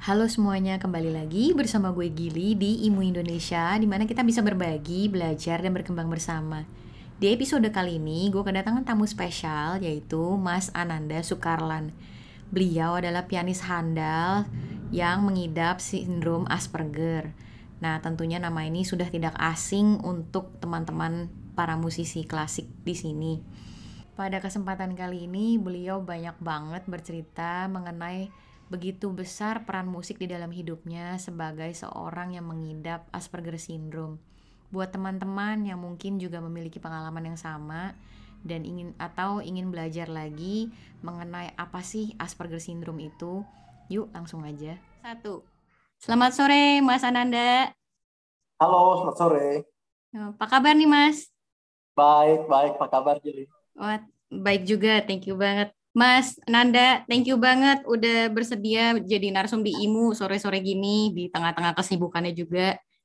Halo semuanya, kembali lagi bersama gue Gili di IMU Indonesia, di mana kita bisa berbagi, belajar, dan berkembang bersama. Di episode kali ini, gue kedatangan tamu spesial, yaitu Mas Ananda Sukarlan. Beliau adalah pianis handal yang mengidap sindrom Asperger. Nah, tentunya nama ini sudah tidak asing untuk teman-teman para musisi klasik di sini. Pada kesempatan kali ini, beliau banyak banget bercerita mengenai begitu besar peran musik di dalam hidupnya sebagai seorang yang mengidap Asperger Syndrome. Buat teman-teman yang mungkin juga memiliki pengalaman yang sama dan ingin belajar lagi mengenai apa sih Asperger Syndrome itu, yuk langsung aja. Satu. Selamat sore, Mas Ananda. Halo, selamat sore. Apa kabar nih, Mas? Baik, baik. Apa kabar, Juli? Wah, baik juga, thank you banget. Mas Nanda, thank you banget udah bersedia jadi narsum di IMU sore-sore gini, di tengah-tengah kesibukannya juga.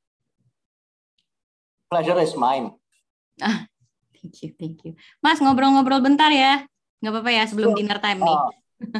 Pleasure is mine. Ah, thank you, thank you. Mas, ngobrol-ngobrol bentar ya. Nggak apa-apa ya sebelum Sure. dinner time nih. Ah,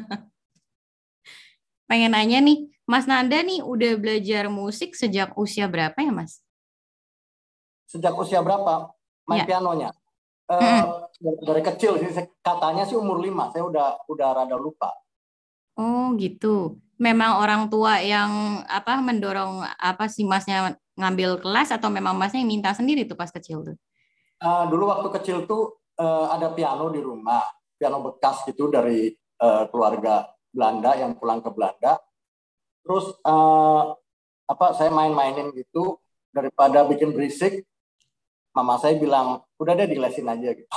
Pengen nanya nih, Mas Nanda nih udah belajar musik sejak usia berapa ya, Mas? sejak usia berapa main Ya. pianonya? Eh, Mm-mm. dari kecil sih, katanya sih umur 5. Saya udah rada lupa. Oh, gitu. Memang orang tua yang mendorong apa sih Masnya ngambil kelas atau memang Masnya yang minta sendiri tuh pas kecil tuh? Dulu waktu kecil tuh ada piano di rumah, piano bekas gitu dari keluarga Belanda yang pulang ke Belanda. Terus saya main-mainin gitu daripada bikin berisik. Mama saya bilang, udah deh dilesin aja gitu.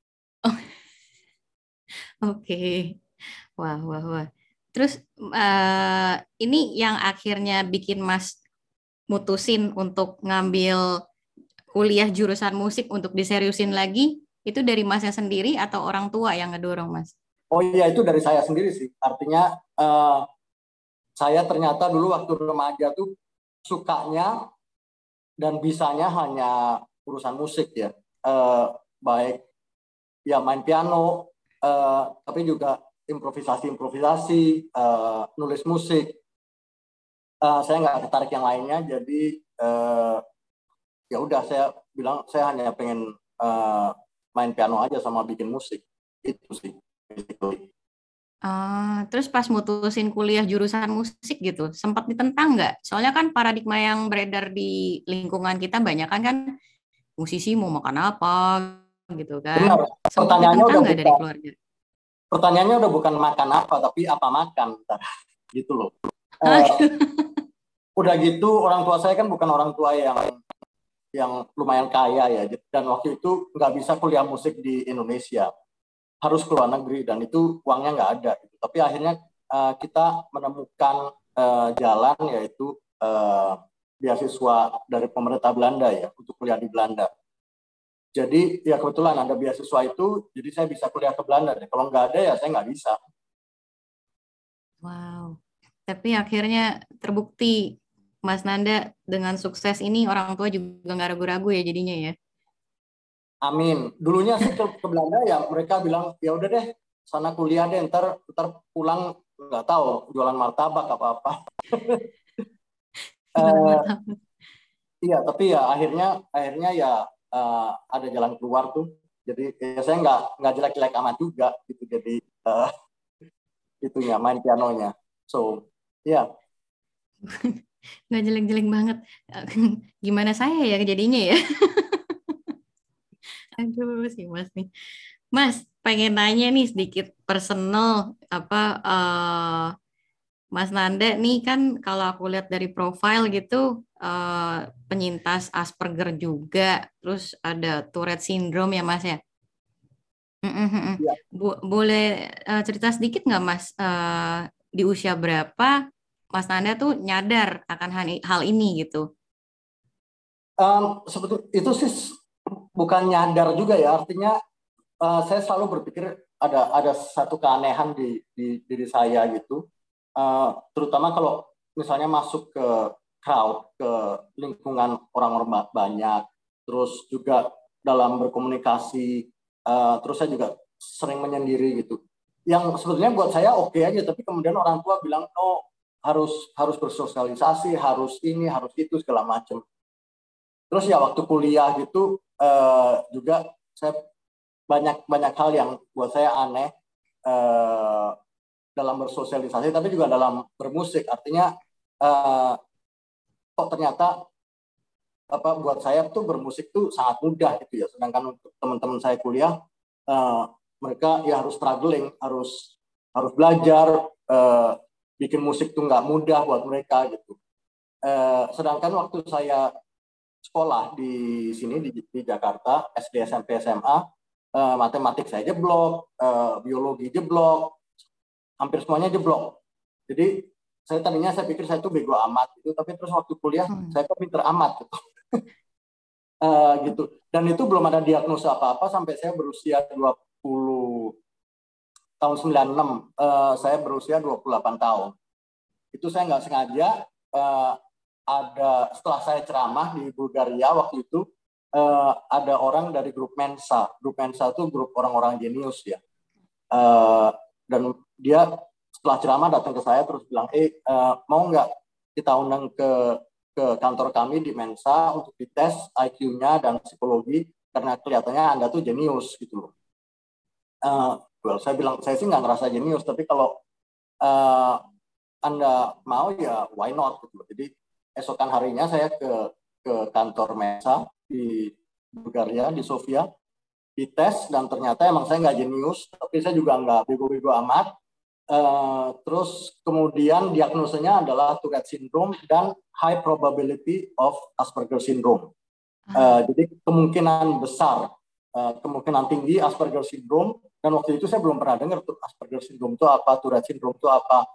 Oke. Wah, wah, wah. Terus eh, ini yang akhirnya bikin Mas mutusin untuk ngambil kuliah jurusan musik untuk diseriusin lagi, itu dari Masnya sendiri atau orang tua yang ngedorong, Mas? Oh iya, itu dari saya sendiri sih. Artinya eh, saya ternyata dulu waktu remaja tuh sukanya dan bisanya hanya urusan musik ya. Eh, Baik ya main piano, tapi juga improvisasi-improvisasi, nulis musik. Saya nggak tertarik yang lainnya, jadi eh, ya udah saya bilang saya hanya pengen eh, main piano aja sama bikin musik. Itu sih. Basically. Terus pas mutusin kuliah jurusan musik gitu, sempat ditentang nggak? Soalnya kan paradigma yang beredar di lingkungan kita banyak kan musisi mau makan apa gitu kan. Benar, Sempat pertanyaannya ditentang udah nggak dari bukan keluarga? bukan makan apa tapi apa makan gitu loh. Eh, Udah gitu orang tua saya kan bukan orang tua yang lumayan kaya ya, dan waktu itu nggak bisa kuliah musik di Indonesia, harus ke luar negeri dan itu uangnya nggak ada gitu. Tapi akhirnya kita menemukan jalan, yaitu beasiswa dari pemerintah Belanda ya untuk kuliah di Belanda. Jadi ya kebetulan ada beasiswa itu, jadi saya bisa kuliah ke Belanda deh. Kalau nggak ada ya saya nggak bisa. Wow. Tapi akhirnya terbukti Mas Nanda dengan sukses ini orang tua juga nggak ragu-ragu ya jadinya ya. Amin. Dulunya sih ke Belanda ya mereka bilang ya udah deh sana kuliah deh, ntar pulang nggak tahu jualan martabak apa apa. Jualan Eh, martabak. iya tapi ya akhirnya ya ada jalan keluar tuh. Jadi ya saya nggak jelek-jelek amat juga gitu. Jadi eh, itunya main pianonya. So ya Nggak jelek-jelek banget. Gimana saya ya jadinya ya? Aduh sih Mas nih. Mas, pengen nanya nih sedikit personal Mas Nanda nih kan kalau aku lihat dari profil gitu penyintas Asperger juga, terus ada Tourette syndrome ya Mas ya. Mm-mm, mm-mm. ya. Boleh cerita sedikit nggak Mas di usia berapa Mas Nanda tuh nyadar akan hal ini gitu? Sebetulnya itu sih bukan nyadar juga ya. Artinya saya selalu berpikir ada satu keanehan di diri saya gitu. Terutama kalau misalnya masuk ke crowd, ke lingkungan orang-orang banyak, terus juga dalam berkomunikasi, terus saya juga sering menyendiri gitu. Yang sebetulnya buat saya oke aja, tapi kemudian orang tua bilang, no, harus bersosialisasi, harus ini, harus itu segala macam. Terus ya waktu kuliah gitu juga saya banyak hal yang buat saya aneh dalam bersosialisasi, tapi juga dalam bermusik. Artinya kok ternyata buat saya tuh bermusik tuh sangat mudah gitu ya. Sedangkan untuk teman-teman saya kuliah, mereka ya harus struggling, harus belajar. Bikin musik tuh nggak mudah buat mereka gitu. Sedangkan waktu saya sekolah di sini di Jakarta, SD, SMP, SMA, matematik saya jeblok, biologi jeblok, hampir semuanya jeblok. Jadi saya pikir saya tuh bego amat gitu, tapi terus waktu kuliah saya kok pinter amat gitu. Gitu. Dan itu belum ada diagnosa apa-apa sampai saya berusia 20 tahun 96, saya berusia 28 tahun. Itu saya nggak sengaja ada setelah saya ceramah di Bulgaria waktu itu, ada orang dari grup Mensa. Grup Mensa itu grup orang-orang jenius ya. Dan dia setelah ceramah datang ke saya terus bilang, mau nggak kita undang ke kantor kami di Mensa untuk dites IQ-nya dan psikologi karena kelihatannya Anda tuh jenius gitu loh. Saya bilang saya sih nggak ngerasa jenius, tapi kalau Anda mau ya why not gitu loh. Jadi esokan harinya saya ke kantor Mensa di Bulgaria, di Sofia, dites dan ternyata emang saya nggak jenius, tapi saya juga nggak bego-bego amat. Terus kemudian diagnosanya adalah Tourette syndrome dan high probability of Asperger syndrome. Jadi kemungkinan besar, kemungkinan tinggi Asperger syndrome, dan waktu itu saya belum pernah dengar tuh Asperger syndrome itu apa, Tourette syndrome itu apa.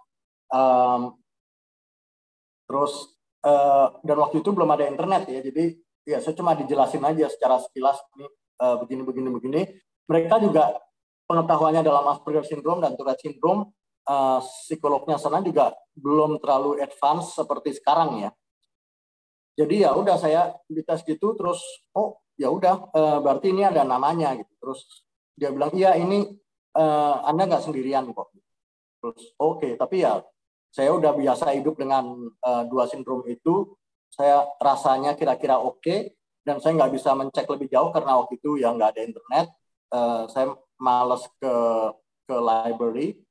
Terus dan waktu itu belum ada internet ya, jadi ya saya cuma dijelasin aja secara sekilas ini begini. Mereka juga pengetahuannya dalam Asperger syndrome dan Tourette syndrome, psikolognya sana juga belum terlalu advance seperti sekarang ya. Jadi ya udah saya dites gitu, terus ya udah berarti ini ada namanya gitu. Terus dia bilang iya ini Anda nggak sendirian kok. Terus oke, tapi ya saya udah biasa hidup dengan dua sindrom itu. Saya rasanya kira-kira oke, dan saya nggak bisa mencek lebih jauh karena waktu itu ya nggak ada internet. Saya males ke library,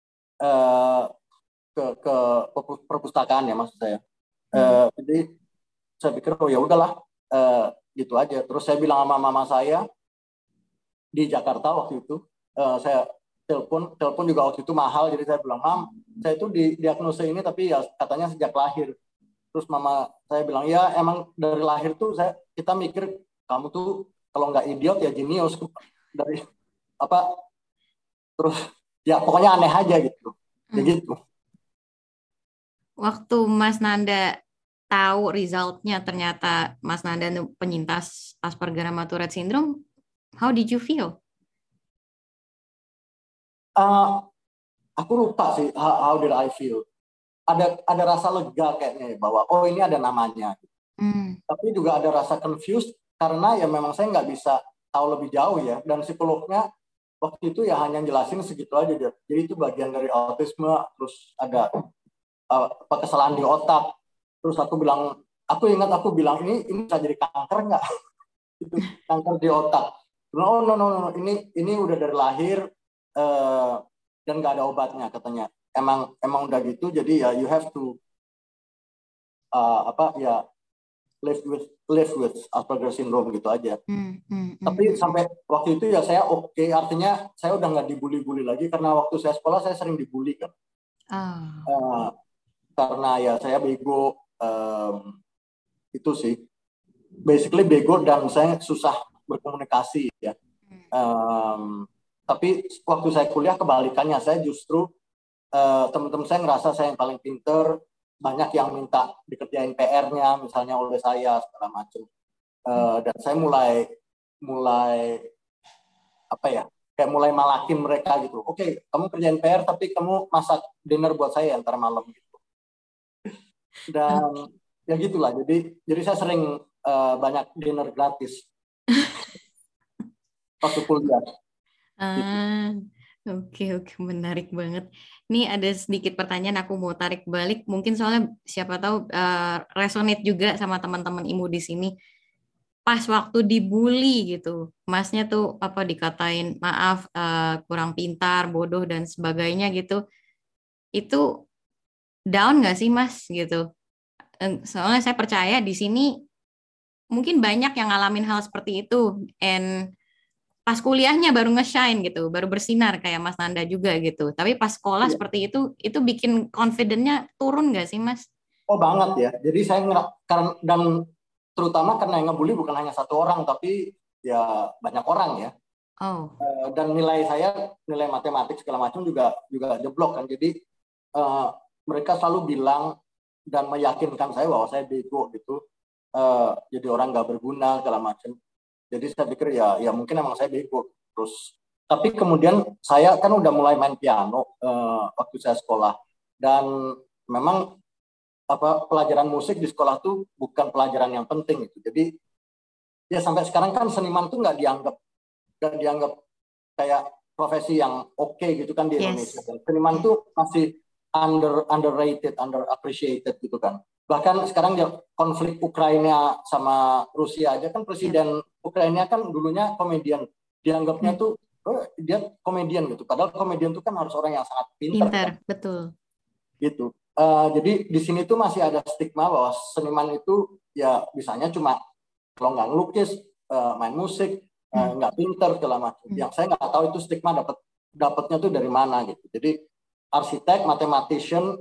ke perpustakaan ya maksud saya. Jadi saya pikir ya udahlah gitu aja. Terus saya bilang sama mama saya di Jakarta waktu itu, saya telepon juga waktu itu mahal, jadi saya bilang, Mam, saya itu diagnosa ini tapi ya katanya sejak lahir. Terus mama saya bilang, ya emang dari lahir tuh kita mikir kamu tuh kalau nggak idiot ya jenius dari apa, terus ya pokoknya aneh aja gitu. Ya gitu. Waktu Mas Nanda tahu resultnya ternyata Mas Nanda penyintas Asperger sama Tourette syndrome, how did you feel? Aku lupa sih how did I feel. Ada rasa lega kayaknya ya, bahwa ini ada namanya. Tapi juga ada rasa confused karena ya memang saya nggak bisa tahu lebih jauh ya, dan psikolognya waktu itu ya hanya jelasin segitu aja. Jadi itu bagian dari autisme, terus ada kesalahan di otak. Terus aku ingat aku bilang ini bisa jadi kanker nggak? Itu kanker di otak. No, ini udah dari lahir dan nggak ada obatnya katanya. Emang udah gitu, jadi ya you have to live with Asperger syndrome gitu aja. Tapi sampai waktu itu ya saya oke, artinya saya udah nggak dibully-bully lagi karena waktu saya sekolah saya sering dibully kan. Karena ya saya bego, itu sih basically bego, dan saya susah berkomunikasi ya. Tapi waktu saya kuliah kebalikannya, saya justru teman-teman saya ngerasa saya yang paling pinter, banyak yang minta dikerjain PR-nya misalnya oleh saya segala macam, dan saya mulai kayak mulai malakin mereka gitu. Oke, kamu kerjain PR tapi kamu masak dinner buat saya ntar malam gitu. Dan ya gitulah, jadi saya sering banyak dinner gratis waktu kuliah. Oke, oke, menarik banget. Nih ada sedikit pertanyaan aku mau tarik balik, mungkin soalnya siapa tahu resonate juga sama teman-teman IMU di sini. Pas waktu dibully gitu, masnya tuh apa dikatain maaf kurang pintar, bodoh dan sebagainya gitu, itu down nggak sih mas gitu? Soalnya saya percaya di sini mungkin banyak yang ngalamin hal seperti itu, and pas kuliahnya baru nge-shine gitu, baru bersinar kayak Mas Nanda juga gitu. Tapi pas sekolah Iya. seperti itu bikin confidence-nya turun nggak sih Mas? Oh banget ya. Jadi saya karena dan terutama karena yang ngebully bukan hanya satu orang tapi ya banyak orang ya. Oh, Dan nilai saya, nilai matematik segala macam juga juga jeblok kan. Jadi eh, mereka selalu bilang dan meyakinkan saya bahwa saya bego gitu. Jadi orang nggak berguna segala macam. Jadi saya pikir ya mungkin emang saya bego. Terus tapi kemudian saya kan udah mulai main piano waktu saya sekolah dan memang apa pelajaran musik di sekolah tuh bukan pelajaran yang penting gitu. Jadi ya sampai sekarang kan seniman tuh nggak dianggap kayak profesi yang oke gitu kan di Indonesia. yes. Dan seniman Yes. tuh masih underrated, underappreciated gitu kan. Bahkan sekarang ya konflik Ukraina sama Rusia aja kan Yep. presiden Ukraina kan dulunya komedian. Dianggapnya Hmm. tuh dia komedian gitu. Padahal komedian tuh kan harus orang yang sangat pintar Pintar, kan betul. gitu. Jadi di sini tuh masih ada stigma bahwa seniman itu ya bisanya cuma kalau nggak ngelukis, main musik, Hmm. nggak pinter segala macam. Hmm. Yang saya nggak tahu itu stigma dapatnya tuh dari mana gitu. Jadi arsitek, mathematician,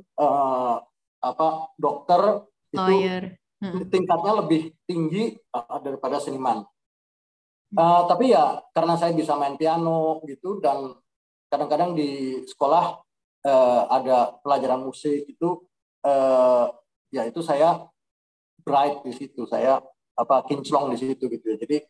apa dokter itu Lawyer. Hmm. tingkatnya lebih tinggi daripada seniman. Hmm. Tapi ya karena saya bisa main piano gitu dan kadang-kadang di sekolah ada pelajaran musik itu uh, ya itu saya bright di situ, saya apa kinclong di situ gitu ya. Jadi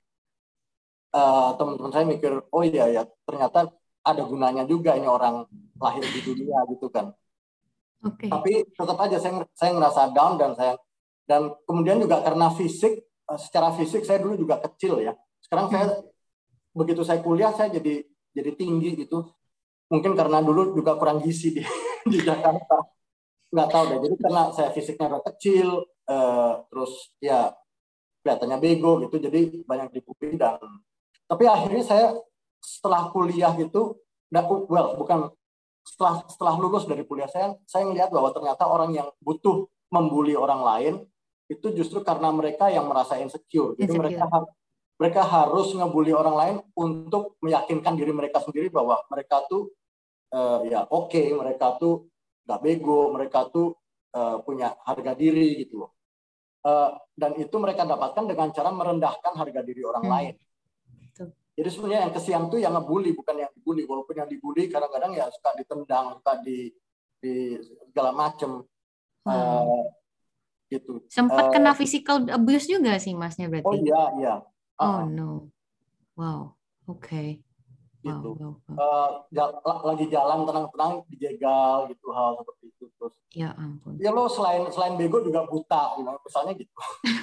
teman-teman saya mikir, oh iya ya ternyata ada gunanya juga ini orang lahir di dunia gitu kan. Oke. Tapi tetap aja saya ngerasa down dan kemudian juga karena fisik, secara fisik saya dulu juga kecil ya. Sekarang Hmm. saya begitu saya kuliah saya jadi tinggi gitu. Mungkin karena dulu juga kurang gizi di di Jakarta. Nggak tahu deh. Jadi karena saya fisiknya udah kecil, terus ya kelihatannya bego gitu, jadi banyak dipukuli dan tapi akhirnya saya setelah kuliah gitu, well bukan setelah lulus dari kuliah saya melihat bahwa ternyata orang yang butuh membuli orang lain itu justru karena mereka yang merasa insecure. Jadi mereka Insecure. mereka harus ngebully orang lain untuk meyakinkan diri mereka sendiri bahwa mereka tuh ya oke, mereka tuh nggak bego, mereka tuh punya harga diri gitu loh. Dan itu mereka dapatkan dengan cara merendahkan harga diri orang lain. Hmm. Betul. Jadi sebenarnya yang kesian tuh yang ngebully bukan yang dibully. Walaupun yang dibully kadang-kadang ya suka ditendang, suka di segala macem Wow. gitu. Sempat kena physical abuse juga sih masnya Oh berarti. iya iya. Oh Uh-uh, no. Wow. Oke. Wow, gitu. wow, wow. Lagi jalan tenang-tenang dijegal gitu hal seperti itu terus. Ya ampun. Ya lo selain selain bego juga buta, gitu, misalnya gitu.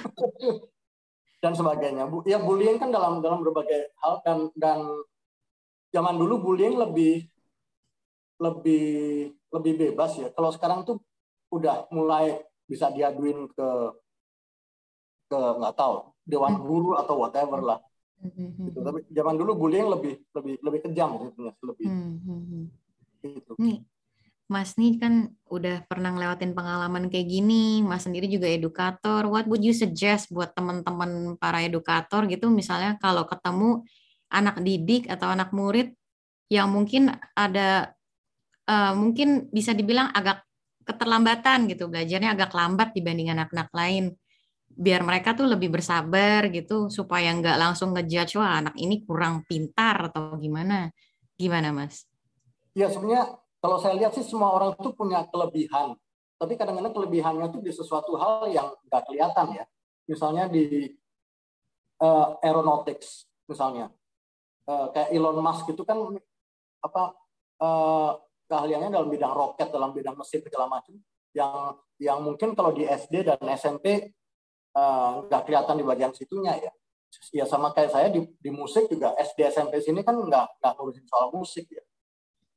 Dan sebagainya. Ya bullying kan dalam dalam berbagai hal dan zaman dulu bullying lebih lebih lebih bebas ya. Kalau sekarang tuh udah mulai bisa diaduin ke nggak tahu dewan Hmm. guru atau whatever Hmm. lah Hmm. Hmm. Hmm. gitu. Hmm. Tapi zaman dulu bullying lebih lebih lebih kejam sebetulnya lebih Hmm. Hmm. Hmm. itu. Nih, Mas nih kan udah pernah ngelewatin pengalaman kayak gini. Mas sendiri juga edukator. What would you suggest buat teman-teman para edukator gitu, misalnya kalau ketemu anak didik atau anak murid yang mungkin ada mungkin bisa dibilang agak keterlambatan gitu, belajarnya agak lambat dibanding anak-anak lain. Biar mereka tuh lebih bersabar gitu, supaya nggak langsung ngejudge, wah anak ini kurang pintar atau gimana. Gimana, Mas? Ya sebenarnya kalau saya lihat sih semua orang tuh punya kelebihan. Tapi kadang-kadang kelebihannya tuh di sesuatu hal yang nggak kelihatan ya. Misalnya di aeronautics misalnya. Kayak Elon Musk itu kan apa uh, keahliannya dalam bidang roket, dalam bidang mesin segala macam yang mungkin kalau di SD dan SMP nggak kelihatan di bagian situnya ya. Ya sama kayak saya di musik juga SD SMP sini kan nggak ngurusin soal musik ya.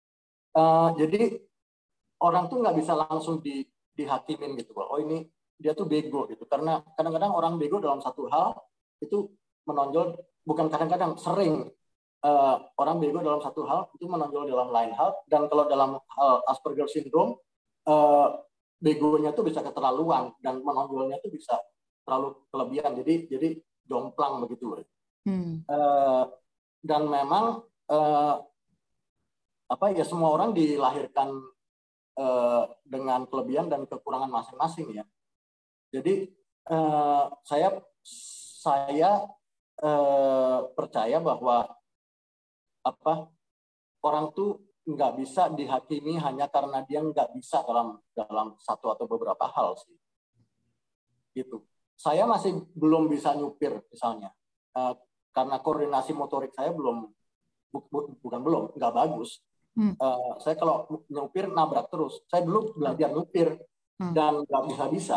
Jadi orang tuh nggak bisa langsung dihakimin gitu, oh ini dia tuh bego gitu, karena kadang-kadang orang bego dalam satu hal itu menonjol, bukan kadang-kadang, sering orang bego dalam satu hal itu menonjol dalam lain hal. Dan kalau dalam hal Asperger syndrome, begonya tuh bisa keterlaluan dan menonjolnya tuh bisa terlalu kelebihan, jadi jomplang begitu. Dan memang semua orang dilahirkan dengan kelebihan dan kekurangan masing-masing ya. Jadi saya percaya bahwa orang tuh nggak bisa dihakimi hanya karena dia nggak bisa dalam satu atau beberapa hal sih. Gitu. Saya masih belum bisa nyupir misalnya, karena koordinasi motorik saya nggak bagus. Saya kalau nyupir nabrak terus. Saya dulu belajar nyupir dan nggak bisa.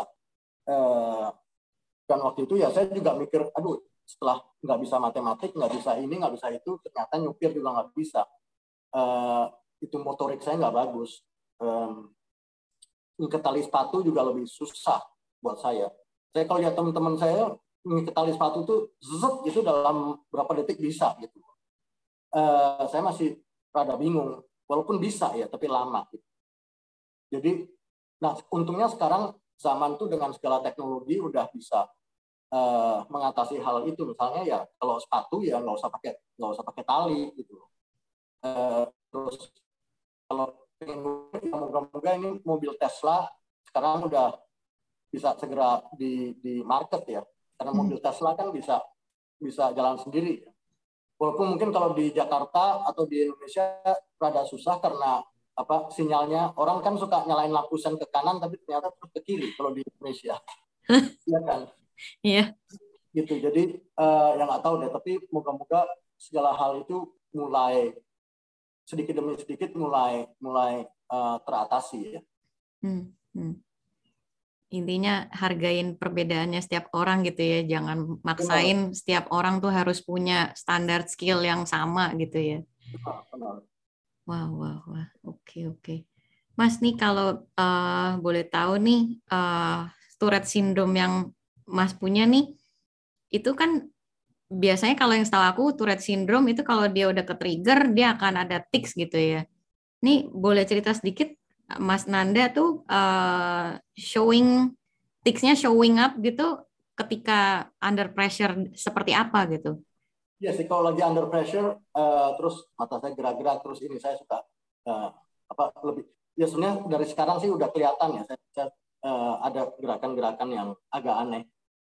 Dan waktu itu ya saya juga mikir, aduh, setelah nggak bisa matematik, nggak bisa ini, nggak bisa itu, ternyata nyupir juga nggak bisa. Itu motorik saya nggak bagus. Ngikat tali sepatu juga lebih susah buat saya. Saya kalau lihat teman-teman saya ngikat tali sepatu tuh itu dalam berapa detik bisa gitu. Saya masih rada bingung, walaupun bisa ya, tapi lama. Gitu. Jadi, nah untungnya sekarang zaman tuh dengan segala teknologi udah bisa mengatasi hal itu. Misalnya ya kalau sepatu ya nggak usah pakai tali gitu. Terus kalau moga-moga ini mobil Tesla sekarang udah bisa segera di market ya, karena mobil Tesla kan bisa jalan sendiri. Walaupun mungkin kalau di Jakarta atau di Indonesia rada susah karena sinyalnya, orang kan suka nyalain lampu sen ke kanan tapi ternyata terus ke kiri kalau di Indonesia. Iya kan? Iya. Gitu. Jadi yang nggak tahu deh, tapi moga-moga segala hal itu mulai sedikit demi sedikit mulai teratasi ya. Intinya hargain perbedaannya setiap orang gitu ya, jangan maksain setiap orang tuh harus punya standar skill yang sama gitu ya. Benar. Wah, oke. Mas nih kalau boleh tahu nih, Tourette syndrome yang Mas punya nih, itu kan biasanya kalau yang setahu aku Tourette syndrome itu kalau dia udah ke-trigger dia akan ada tics gitu ya. Nih boleh cerita sedikit, Mas Nanda tuh tics-nya showing up gitu ketika under pressure seperti apa gitu? Iya sih, kalau lagi under pressure, terus mata saya gerak-gerak, terus ini saya suka lebih. Ya sebenarnya dari sekarang sih udah kelihatan ya, saya ada gerakan-gerakan yang agak aneh,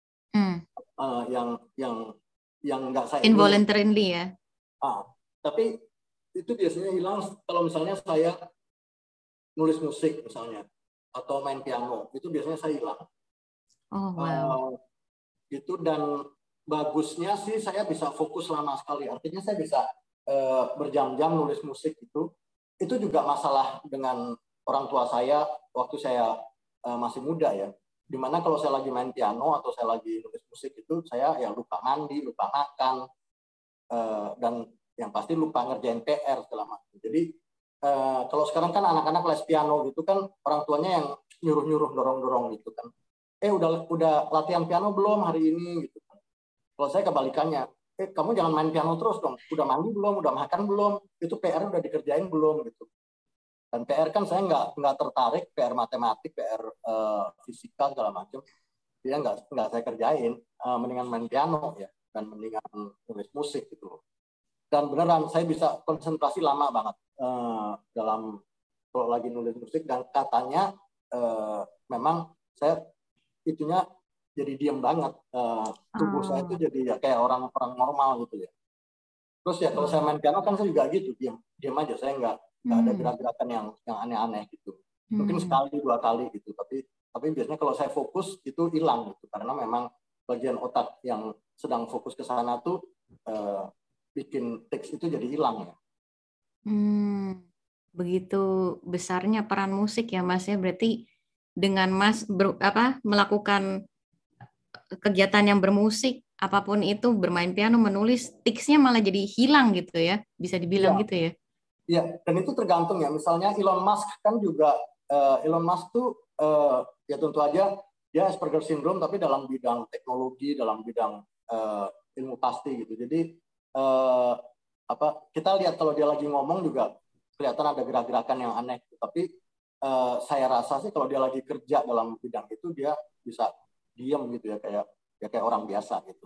yang nggak saya involuntarily ya. Tapi itu biasanya hilang kalau misalnya saya nulis musik misalnya atau main piano, itu biasanya saya hilang. Oh wow. Gitu. Dan bagusnya sih saya bisa fokus lama sekali. Artinya saya bisa berjam-jam nulis musik itu juga masalah dengan orang tua saya waktu saya masih muda ya. Dimana kalau saya lagi main piano atau saya lagi nulis musik itu saya ya lupa mandi, lupa makan, dan yang pasti lupa ngerjain PR segala macam. Jadi kalau sekarang kan anak-anak les piano gitu kan orang tuanya yang nyuruh-nyuruh, dorong-dorong gitu kan. Udah latihan piano belum hari ini gitu. Kalau saya kebalikannya, kamu jangan main piano terus dong. Udah mandi belum? Udah makan belum? Itu PR udah dikerjain belum gitu. Dan PR kan saya nggak tertarik, PR matematik, PR fisika segala macam. Dia nggak saya kerjain. Mendingan main piano ya, dan mendingan nulis musik gitu. Dan beneran saya bisa konsentrasi lama banget dalam kalau lagi nulis musik, dan katanya memang saya itunya jadi diam banget, tubuh saya itu jadi ya kayak orang normal gitu ya. Terus ya kalau saya main piano kan saya juga gitu, diam aja, saya nggak ada gerak-gerakan yang aneh-aneh gitu. Mungkin sekali 2 kali gitu, tapi biasanya kalau saya fokus itu hilang gitu, karena memang bagian otak yang sedang fokus ke sana tuh bikin teks itu jadi hilang ya. Begitu besarnya peran musik ya Mas ya, berarti dengan Mas melakukan kegiatan yang bermusik apapun itu, bermain piano, menulis, ticsnya malah jadi hilang gitu ya, bisa dibilang gitu ya. Ya, dan itu tergantung ya. Misalnya Elon Musk kan juga Elon Musk tuh ya tentu aja dia Asperger syndrome tapi dalam bidang teknologi, dalam bidang ilmu pasti gitu. Jadi eh, apa kita lihat kalau dia lagi ngomong juga kelihatan ada gerak-gerakan yang aneh. Tapi saya rasa sih kalau dia lagi kerja dalam bidang itu dia bisa diam gitu ya kayak orang biasa gitu.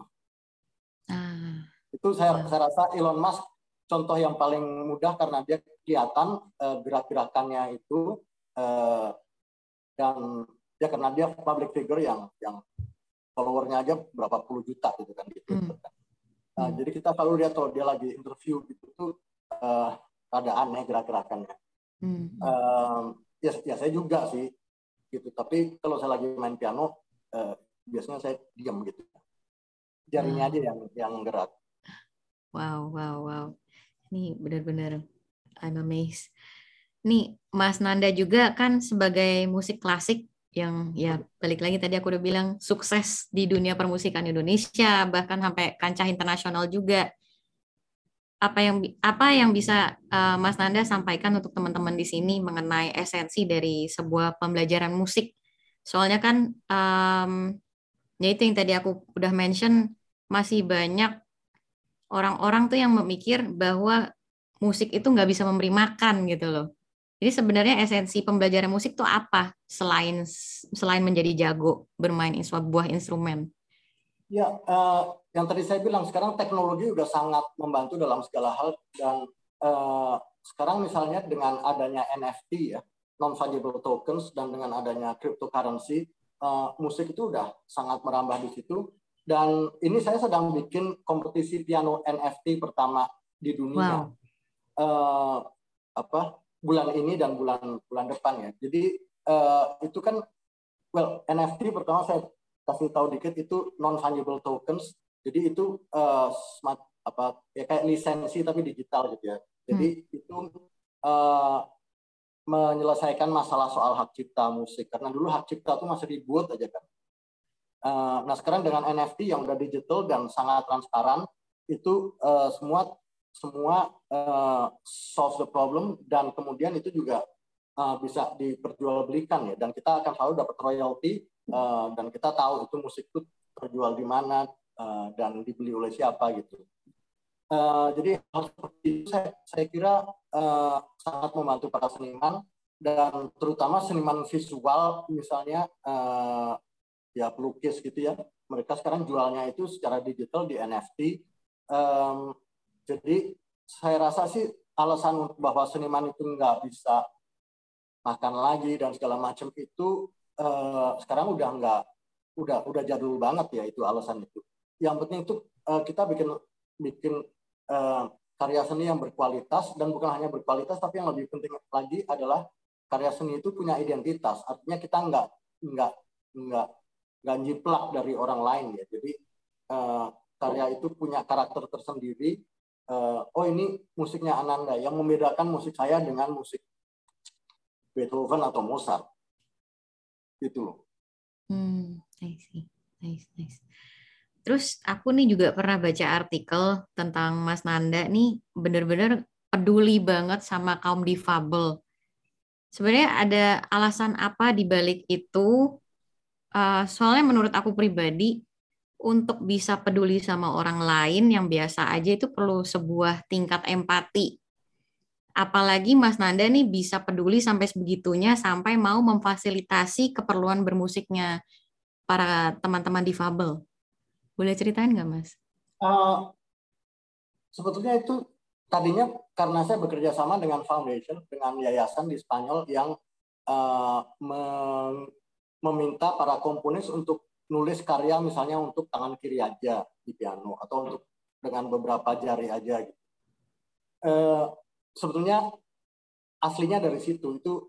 Ah, Itu saya, wow. saya rasa Elon Musk contoh yang paling mudah karena dia kelihatan gerak-gerakannya itu uh, dan ya karena dia public figure yang followernya aja berapa puluh juta gitu kan di Hmm, Twitter. hmm, Jadi kita selalu lihat kalau dia lagi interview gitu tuh ada aneh gerak-gerakannya. hmm, hmm. Ya saya juga sih gitu. Tapi kalau saya lagi main piano biasanya saya diam gitu. Jarinya aja Wow, yang gerak. wow, wow, wow. Ini benar-benar I'm amazed. Nih, Mas Nanda juga kan sebagai musik klasik yang ya balik lagi tadi aku udah bilang sukses di dunia permusikan Indonesia, bahkan sampai kancah internasional juga. Apa yang bisa Mas Nanda sampaikan untuk teman-teman di sini mengenai esensi dari sebuah pembelajaran musik? Soalnya kan ya itu yang tadi aku udah mention masih banyak orang-orang tuh yang memikir bahwa musik itu nggak bisa memberi makan gitu loh. Jadi sebenarnya esensi pembelajaran musik tuh apa selain menjadi jago bermain sebuah instrumen? Ya, yang tadi saya bilang sekarang teknologi udah sangat membantu dalam segala hal dan eh, sekarang misalnya dengan adanya NFT ya, non-fungible tokens dan dengan adanya cryptocurrency, musik itu udah sangat merambah di situ. Dan ini saya sedang bikin kompetisi piano NFT pertama di dunia. Wow. Eh, apa bulan ini dan bulan bulan depan ya. Jadi itu kan well, NFT pertama saya kasih tahu dikit itu non fungible tokens. Jadi itu smart apa ya kayak lisensi tapi digital gitu ya. Hmm. Jadi itu uh, menyelesaikan masalah soal hak cipta musik karena dulu hak cipta itu masih ribut aja kan. Nah sekarang dengan NFT yang udah digital dan sangat transparan itu semua semua solve the problem dan kemudian itu juga bisa diperjualbelikan ya dan kita akan selalu dapat royalti dan kita tahu itu musik itu terjual di mana dan dibeli oleh siapa gitu. Jadi hal seperti itu saya kira sangat membantu para seniman dan terutama seniman visual misalnya ya pelukis gitu ya. Mereka sekarang jualnya itu secara digital di NFT. Um, jadi saya rasa sih alasan bahwa seniman itu nggak bisa makan lagi dan segala macam itu sekarang udah nggak udah jadul banget ya itu alasan itu. Yang penting itu kita bikin bikin karya seni yang berkualitas dan bukan hanya berkualitas tapi yang lebih penting lagi adalah karya seni itu punya identitas. Artinya kita nggak nggak nggak jiplak dari orang lain ya. Jadi karya itu punya karakter tersendiri. Oh ini musiknya Ananda yang membedakan musik saya dengan musik Beethoven atau Mozart gitu loh. I see. Nice, nice. Terus aku nih juga pernah baca artikel tentang Mas Nanda nih bener-bener peduli banget sama kaum difabel. Sebenarnya ada alasan apa di balik itu? Soalnya menurut aku pribadi, untuk bisa peduli sama orang lain yang biasa aja itu perlu sebuah tingkat empati. Apalagi Mas Nanda nih bisa peduli sampai sebegitunya, sampai mau memfasilitasi keperluan bermusiknya para teman-teman difabel. Boleh ceritain nggak, Mas? Uh, Sebetulnya itu tadinya karena saya bekerja sama dengan foundation, dengan yayasan di Spanyol yang uh, meminta para komponis untuk nulis karya misalnya untuk tangan kiri aja di piano atau untuk dengan beberapa jari aja gitu. Sebetulnya aslinya dari situ itu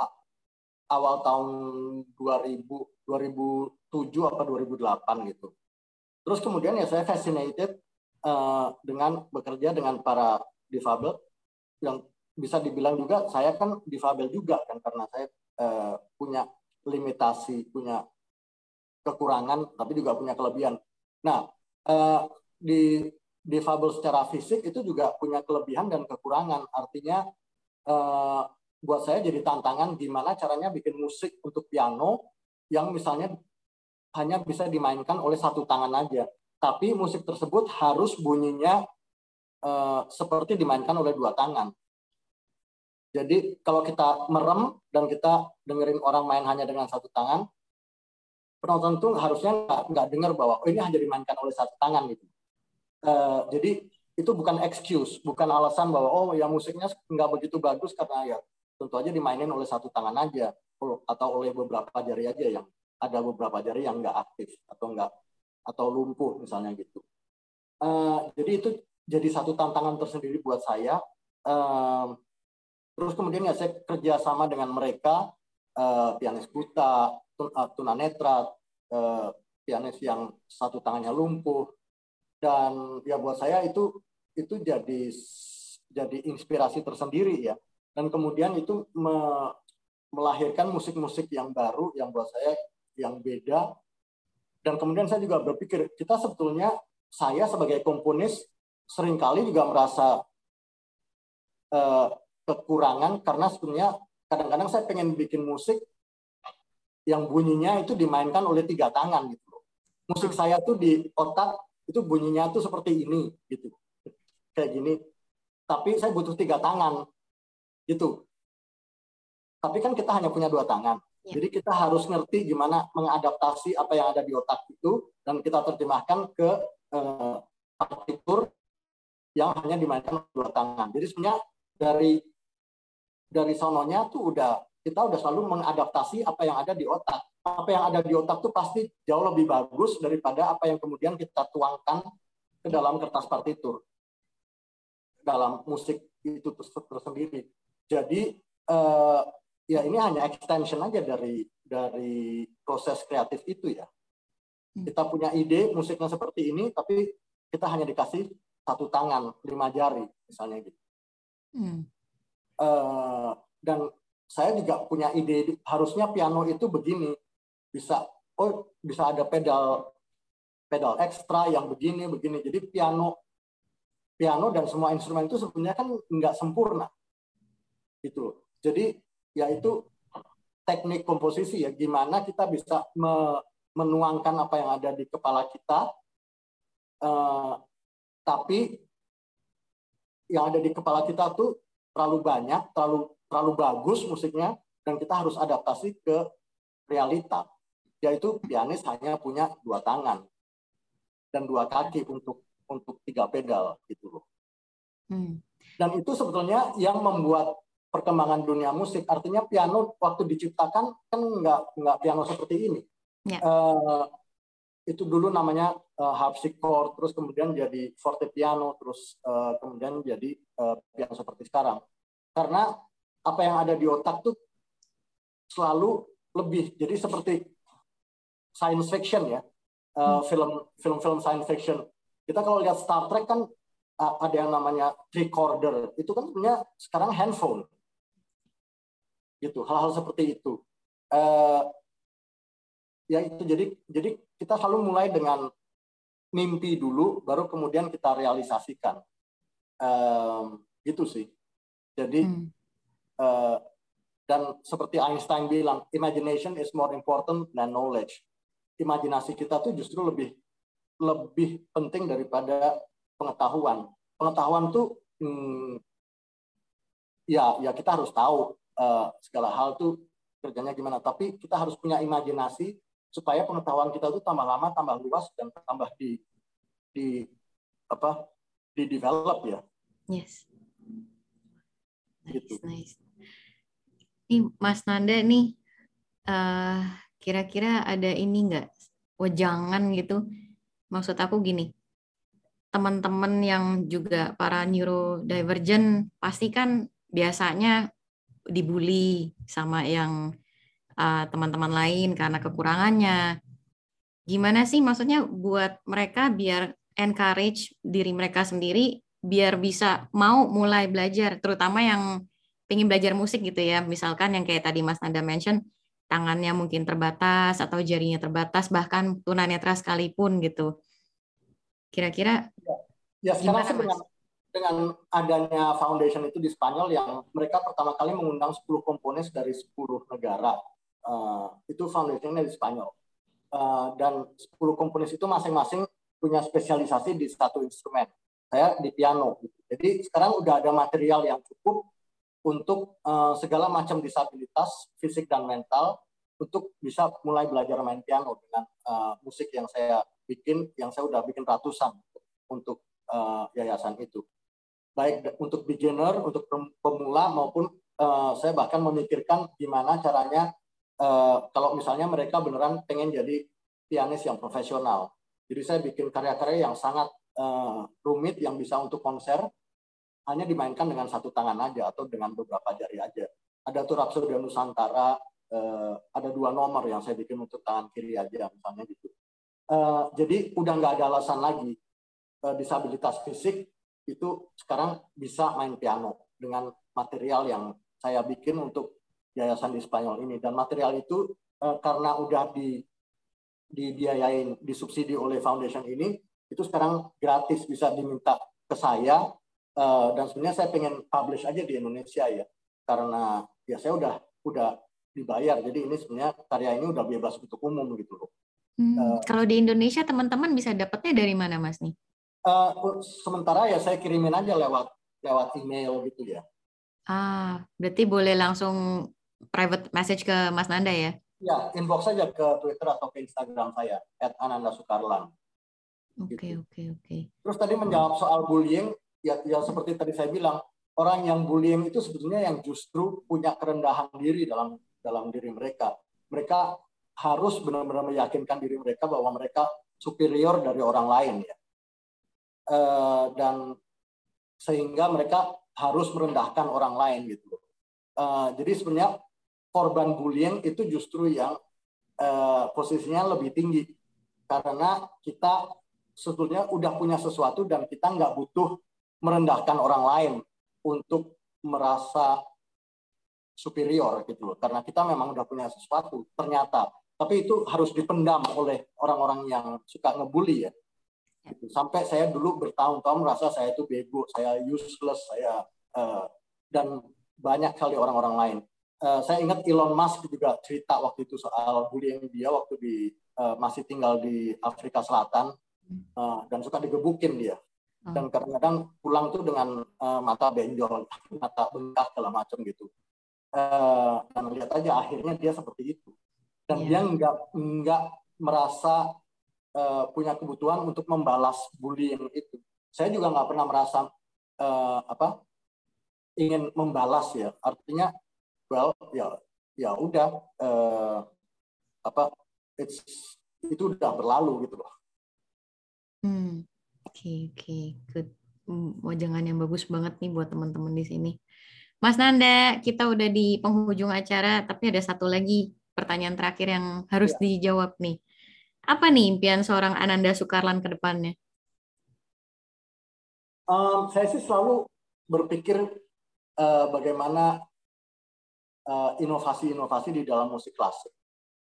awal tahun 2000 2007 apa 2008 gitu. Terus kemudian ya saya fascinated dengan bekerja dengan para difabel yang bisa dibilang juga saya kan difabel juga kan karena saya punya limitasi, punya kekurangan, tapi juga punya kelebihan. Nah, di difabel secara fisik itu juga punya kelebihan dan kekurangan. Artinya eh, buat saya jadi tantangan gimana caranya bikin musik untuk piano yang misalnya hanya bisa dimainkan oleh satu tangan aja, tapi musik tersebut harus bunyinya seperti dimainkan oleh dua tangan. Jadi kalau kita merem dan kita dengerin orang main hanya dengan satu tangan, penonton tuh harusnya nggak dengar bahwa oh, ini hanya dimainkan oleh satu tangan gitu. Jadi itu bukan excuse, bukan alasan bahwa oh ya musiknya nggak begitu bagus karena ya tentu aja dimainin oleh satu tangan aja atau oleh beberapa jari aja, yang ada beberapa jari yang nggak aktif atau lumpuh misalnya gitu. Jadi itu jadi satu tantangan tersendiri buat saya. Terus kemudian ya saya kerja sama dengan mereka, pianis buta, tunanetra, pianis yang satu tangannya lumpuh, dan ya buat saya itu jadi inspirasi tersendiri ya. Dan kemudian itu melahirkan musik-musik yang baru yang buat saya yang beda. Dan kemudian saya juga berpikir kita sebetulnya saya sebagai komponis seringkali juga merasa kekurangan karena sebetulnya kadang-kadang saya pengen bikin musik yang bunyinya itu dimainkan oleh tiga tangan gitu. Musik saya tuh di otak itu bunyinya tuh seperti ini gitu, kayak gini. Tapi saya butuh tiga tangan gitu. Tapi kan kita hanya punya dua tangan. Jadi kita harus ngerti gimana mengadaptasi apa yang ada di otak itu dan kita terjemahkan ke partitur yang hanya dimainkan dua tangan. Jadi sebenarnya dari sononya tuh kita udah selalu mengadaptasi apa yang ada di otak. Apa yang ada di otak tuh pasti jauh lebih bagus daripada apa yang kemudian kita tuangkan ke dalam kertas partitur, dalam musik itu tersendiri. Jadi ya ini hanya extension aja dari proses kreatif itu ya. Kita punya ide musiknya seperti ini, tapi kita hanya dikasih satu tangan, 5 jari misalnya gitu. Dan saya juga punya ide harusnya piano itu begini, bisa ada pedal ekstra yang begini. Jadi piano dan semua instrumen itu sebenarnya kan nggak sempurna gitu. Jadi ya itu teknik komposisi ya, gimana kita bisa menuangkan apa yang ada di kepala kita, tapi yang ada di kepala kita tuh terlalu banyak, terlalu bagus musiknya, dan kita harus adaptasi ke realita, yaitu pianis hanya punya dua tangan dan dua kaki untuk tiga pedal gitu loh. Dan itu sebetulnya yang membuat perkembangan dunia musik. Artinya piano waktu diciptakan kan nggak piano seperti ini. Itu dulu namanya harpsichord, terus kemudian jadi fortepiano, terus kemudian jadi piano seperti sekarang. Karena apa yang ada di otak tuh selalu lebih, jadi seperti science fiction ya, film science fiction. Kita kalau lihat Star Trek kan ada yang namanya recorder, itu kan sebenarnya sekarang handphone, gitu, hal-hal seperti itu. Ya itu jadi kita selalu mulai dengan mimpi dulu, baru kemudian kita realisasikan, gitu sih. Jadi dan seperti Einstein bilang, imagination is more important than knowledge. Imajinasi kita tuh justru lebih penting daripada pengetahuan. Pengetahuan tuh ya kita harus tahu segala hal tuh kerjanya gimana, tapi kita harus punya imajinasi supaya pengetahuan kita tuh tambah lama, tambah luas, dan tambah di develop ya. Yes. Nice. Nih Mas Nanda nih, kira-kira ada ini nggak wejangan gitu? Maksud aku gini, teman-teman yang juga para neurodivergent pasti kan biasanya dibully sama yang teman-teman lain karena kekurangannya. Gimana sih maksudnya buat mereka biar encourage diri mereka sendiri biar bisa mau mulai belajar, terutama yang pengen belajar musik gitu ya. Misalkan yang kayak tadi Mas Nanda mention, tangannya mungkin terbatas atau jarinya terbatas, bahkan tunanetra sekalipun gitu. Kira-kira ya sekarang gimana, Mas? dengan adanya foundation itu di Spanyol yang mereka pertama kali mengundang 10 komponis dari 10 negara. Itu foundationnya di Spanyol. Dan 10 komponis itu masing-masing punya spesialisasi di satu instrumen. Saya di piano. Jadi sekarang udah ada material yang cukup untuk segala macam disabilitas fisik dan mental untuk bisa mulai belajar main piano dengan musik yang saya bikin, yang saya udah bikin ratusan untuk yayasan itu. Baik untuk beginner, untuk pemula maupun saya bahkan memikirkan gimana caranya kalau misalnya mereka beneran pengen jadi pianis yang profesional. Jadi saya bikin karya-karya yang sangat rumit yang bisa untuk konser hanya dimainkan dengan satu tangan aja atau dengan beberapa jari aja. Ada tuh Rhapsody Nusantara, ada 2 nomor yang saya bikin untuk tangan kiri aja misalnya gitu. Jadi udah nggak ada alasan lagi disabilitas fisik itu sekarang bisa main piano dengan material yang saya bikin untuk yayasan di Spanyol ini. Dan material itu karena udah dibiayain, disubsidi oleh foundation ini, itu sekarang gratis bisa diminta ke saya. Dan sebenarnya saya pengen publish aja di Indonesia ya, karena ya saya udah dibayar. Jadi ini sebenarnya karya ini udah bebas untuk umum gitu loh. Kalau di Indonesia teman-teman bisa dapatnya dari mana Mas nih? Sementara ya saya kirimin aja lewat email gitu ya. Berarti boleh langsung private message ke Mas Nanda ya? Ya, inbox saja ke Twitter atau ke Instagram saya @anandasukarlan. Oke. Gitu. Terus tadi menjawab soal bullying, ya seperti tadi saya bilang, orang yang bullying itu sebetulnya yang justru punya kerendahan diri dalam diri mereka. Mereka harus benar-benar meyakinkan diri mereka bahwa mereka superior dari orang lain ya. Dan sehingga mereka harus merendahkan orang lain gitu. Jadi sebenarnya korban bullying itu justru yang posisinya lebih tinggi karena kita sebetulnya udah punya sesuatu dan kita nggak butuh merendahkan orang lain untuk merasa superior gitu loh, karena kita memang udah punya sesuatu ternyata, tapi itu harus dipendam oleh orang-orang yang suka ngebully ya. Gitu. Sampai saya dulu bertahun-tahun merasa saya itu bego, saya useless, saya dan banyak kali orang-orang lain. Saya ingat Elon Musk juga cerita waktu itu soal bullying dia waktu masih tinggal di Afrika Selatan dan suka digebukin dia. Dan kadang-kadang pulang tuh dengan mata benjol, mata bengkak segala macam gitu. Dan lihat aja akhirnya dia seperti itu. Dan dia nggak merasa punya kebutuhan untuk membalas bullying itu. Saya juga nggak pernah merasa ingin membalas ya. Artinya, well ya udah itu udah berlalu gitu loh. Oke, good. Wajangan yang bagus banget nih buat teman-teman di sini. Mas Nanda, kita udah di penghujung acara, tapi ada satu lagi pertanyaan terakhir yang harus dijawab nih. Apa nih impian seorang Ananda Sukarlan ke depannya? Saya sih selalu berpikir bagaimana inovasi-inovasi di dalam musik klasik.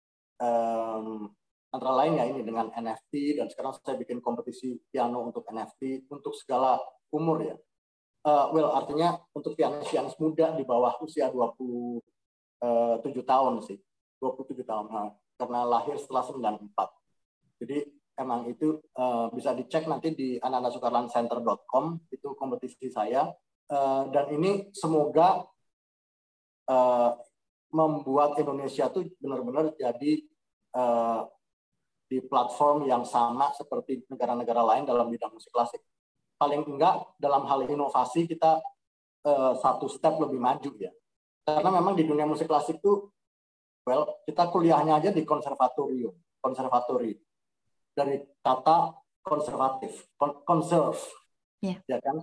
Antara lain ya ini dengan NFT, dan sekarang saya bikin kompetisi piano untuk NFT untuk segala umur ya. Artinya untuk pianis muda di bawah usia 27 tahun sih. 27 tahun, karena lahir setelah 94. Jadi emang itu bisa dicek nanti di anandasukarlancenter.com, itu kompetisi saya. Dan ini semoga membuat Indonesia tuh benar-benar jadi di platform yang sama seperti negara-negara lain dalam bidang musik klasik. Paling enggak dalam hal inovasi kita satu step lebih maju ya. Karena memang di dunia musik klasik tuh, kita kuliahnya aja di konservatori. Dari kata konservatif, conserve, ya kan?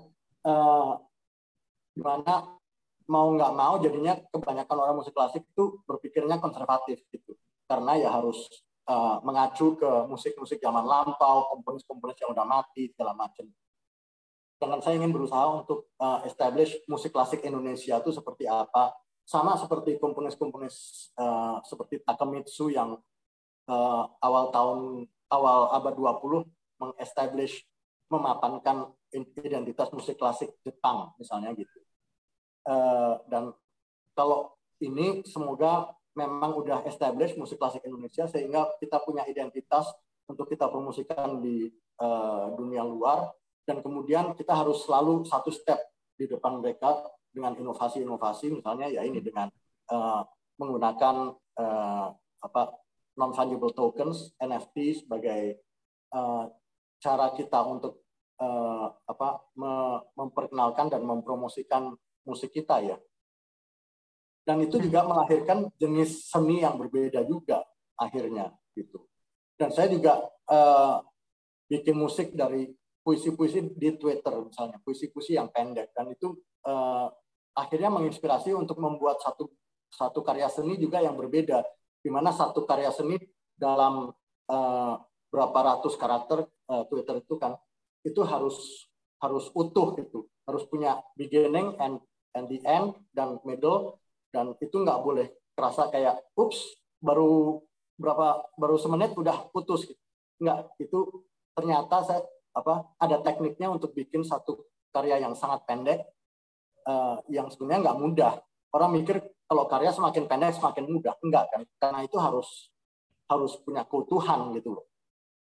Dimana mau nggak mau jadinya kebanyakan orang musik klasik itu berpikirnya konservatif gitu. Karena ya harus mengacu ke musik-musik zaman lampau, komponis-komponis yang udah mati, segala macam. Dan saya ingin berusaha untuk establish musik klasik Indonesia itu seperti apa. Sama seperti komponis-komponis seperti Takemitsu yang awal abad 20 mengestablish memapankan identitas musik klasik Jepang misalnya gitu. Dan kalau ini semoga memang udah establish musik klasik Indonesia sehingga kita punya identitas untuk kita promosikan di dunia luar, dan kemudian kita harus selalu satu step di depan mereka dengan inovasi-inovasi, misalnya ya ini dengan menggunakan non fungible tokens NFT sebagai cara kita untuk memperkenalkan dan mempromosikan musik kita ya. Dan itu juga melahirkan jenis seni yang berbeda juga akhirnya gitu. Dan saya juga bikin musik dari puisi-puisi di Twitter misalnya, puisi-puisi yang pendek, dan itu akhirnya menginspirasi untuk membuat satu karya seni juga yang berbeda, di mana satu karya seni dalam berapa ratus karakter Twitter itu kan itu harus utuh gitu, harus punya beginning and the end dan middle, dan itu nggak boleh kerasa kayak baru semenit udah putus gitu. Nggak, itu ternyata ada tekniknya untuk bikin satu karya yang sangat pendek, yang sebenarnya nggak mudah. Orang mikir kalau karya semakin pendek semakin mudah, enggak kan, karena itu harus punya keutuhan gitu loh.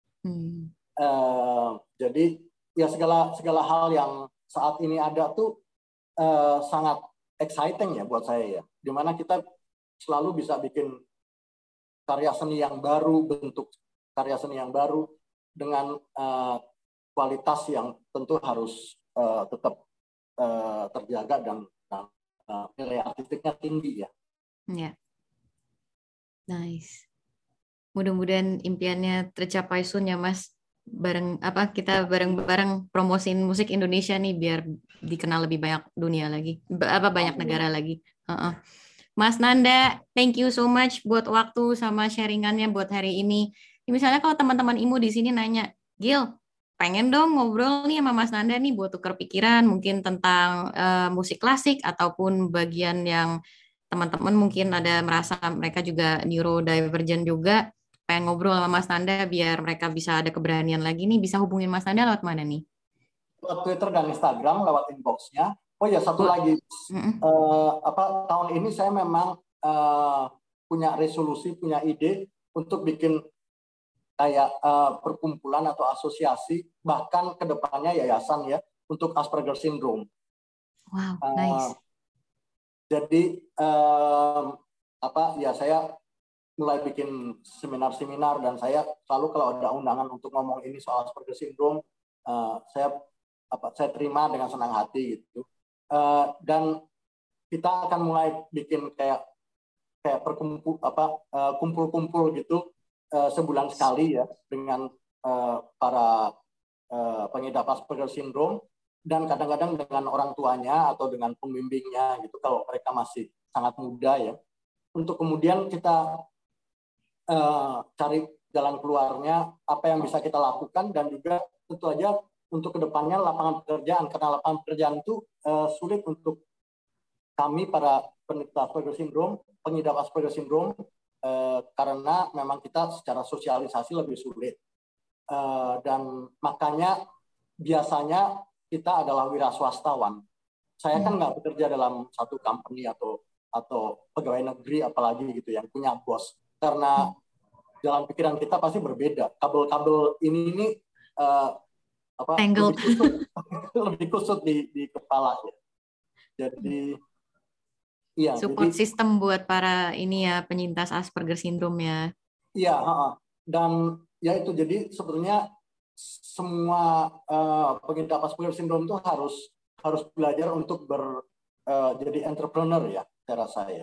Jadi ya segala hal yang saat ini ada tuh sangat exciting ya buat saya ya, dimana kita selalu bisa bikin karya seni yang baru, bentuk karya seni yang baru dengan kualitas yang tentu harus tetap terjaga dan nilai artistiknya tinggi ya. Ya, nice. Mudah-mudahan impiannya tercapai soon ya Mas. Kita bareng-bareng promosiin musik Indonesia nih biar dikenal lebih banyak dunia lagi, banyak negara lagi. Mas Nanda, thank you so much buat waktu sama sharingannya buat hari ini. Misalnya kalau teman-teman IMU di sini nanya, Gil, pengen dong ngobrol nih sama Mas Nanda nih buat tukar pikiran mungkin tentang musik klasik ataupun bagian yang teman-teman mungkin ada merasa mereka juga neurodivergent juga, pengen ngobrol sama Mas Nanda biar mereka bisa ada keberanian lagi nih, bisa hubungin Mas Nanda lewat mana nih? Lewat Twitter dan Instagram, lewat inbox-nya. Oh ya, satu lagi, tahun ini saya memang punya resolusi, punya ide untuk bikin kayak perkumpulan atau asosiasi, bahkan kedepannya yayasan ya, untuk Asperger Syndrome. Wow, nice. Jadi ya saya mulai bikin seminar-seminar, dan saya selalu kalau ada undangan untuk ngomong ini soal Asperger Syndrome, saya terima dengan senang hati gitu. Dan kita akan mulai bikin kayak kumpul-kumpul gitu sebulan sekali ya dengan para pengidap Asperger Syndrome, dan kadang-kadang dengan orang tuanya atau dengan pembimbingnya gitu kalau mereka masih sangat muda ya, untuk kemudian kita cari jalan keluarnya, apa yang bisa kita lakukan, dan juga tentu aja untuk kedepannya lapangan pekerjaan, karena lapangan pekerjaan itu sulit untuk kami para penderita Asperger Syndrome, pengidap Asperger Syndrome, karena memang kita secara sosialisasi lebih sulit, dan makanya biasanya kita adalah wira swastawan. Saya kan nggak bekerja dalam satu company atau pegawai negeri apalagi gitu yang punya bos, karena jalan pikiran kita pasti berbeda. Kabel-kabel ini lebih kusut di kepala ya. Jadi iya, support system buat para penyintas Asperger Syndrome ya. Iya, dan ya itu, jadi sebetulnya semua pengidap Asperger Syndrome itu harus belajar untuk jadi entrepreneur ya, saya rasa ya.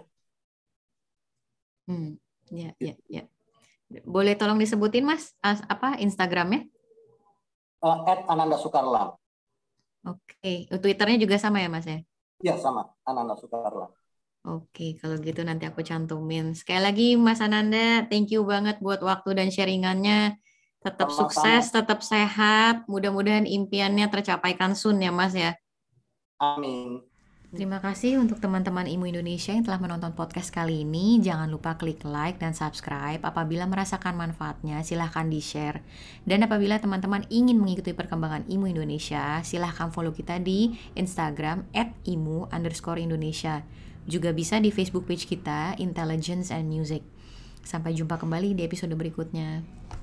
Ya. Boleh tolong disebutin Mas, Instagramnya? @anandasukarlam. Oke, Twitternya juga sama ya Mas ya? Iya, sama, Ananda Sukarlam. Oke, kalau gitu nanti aku cantumin. Sekali lagi Mas Ananda, thank you banget buat waktu dan sharingannya. Tetap sukses, tetap sehat. Mudah-mudahan impiannya tercapaikan soon ya Mas ya. Amin. Terima kasih untuk teman-teman IMU Indonesia yang telah menonton podcast kali ini. Jangan lupa klik like dan subscribe. Apabila merasakan manfaatnya, silahkan di-share. Dan apabila teman-teman ingin mengikuti perkembangan IMU Indonesia, silahkan follow kita di Instagram @imu_Indonesia. Juga bisa di Facebook page kita, Intelligence and Music. Sampai jumpa kembali di episode berikutnya.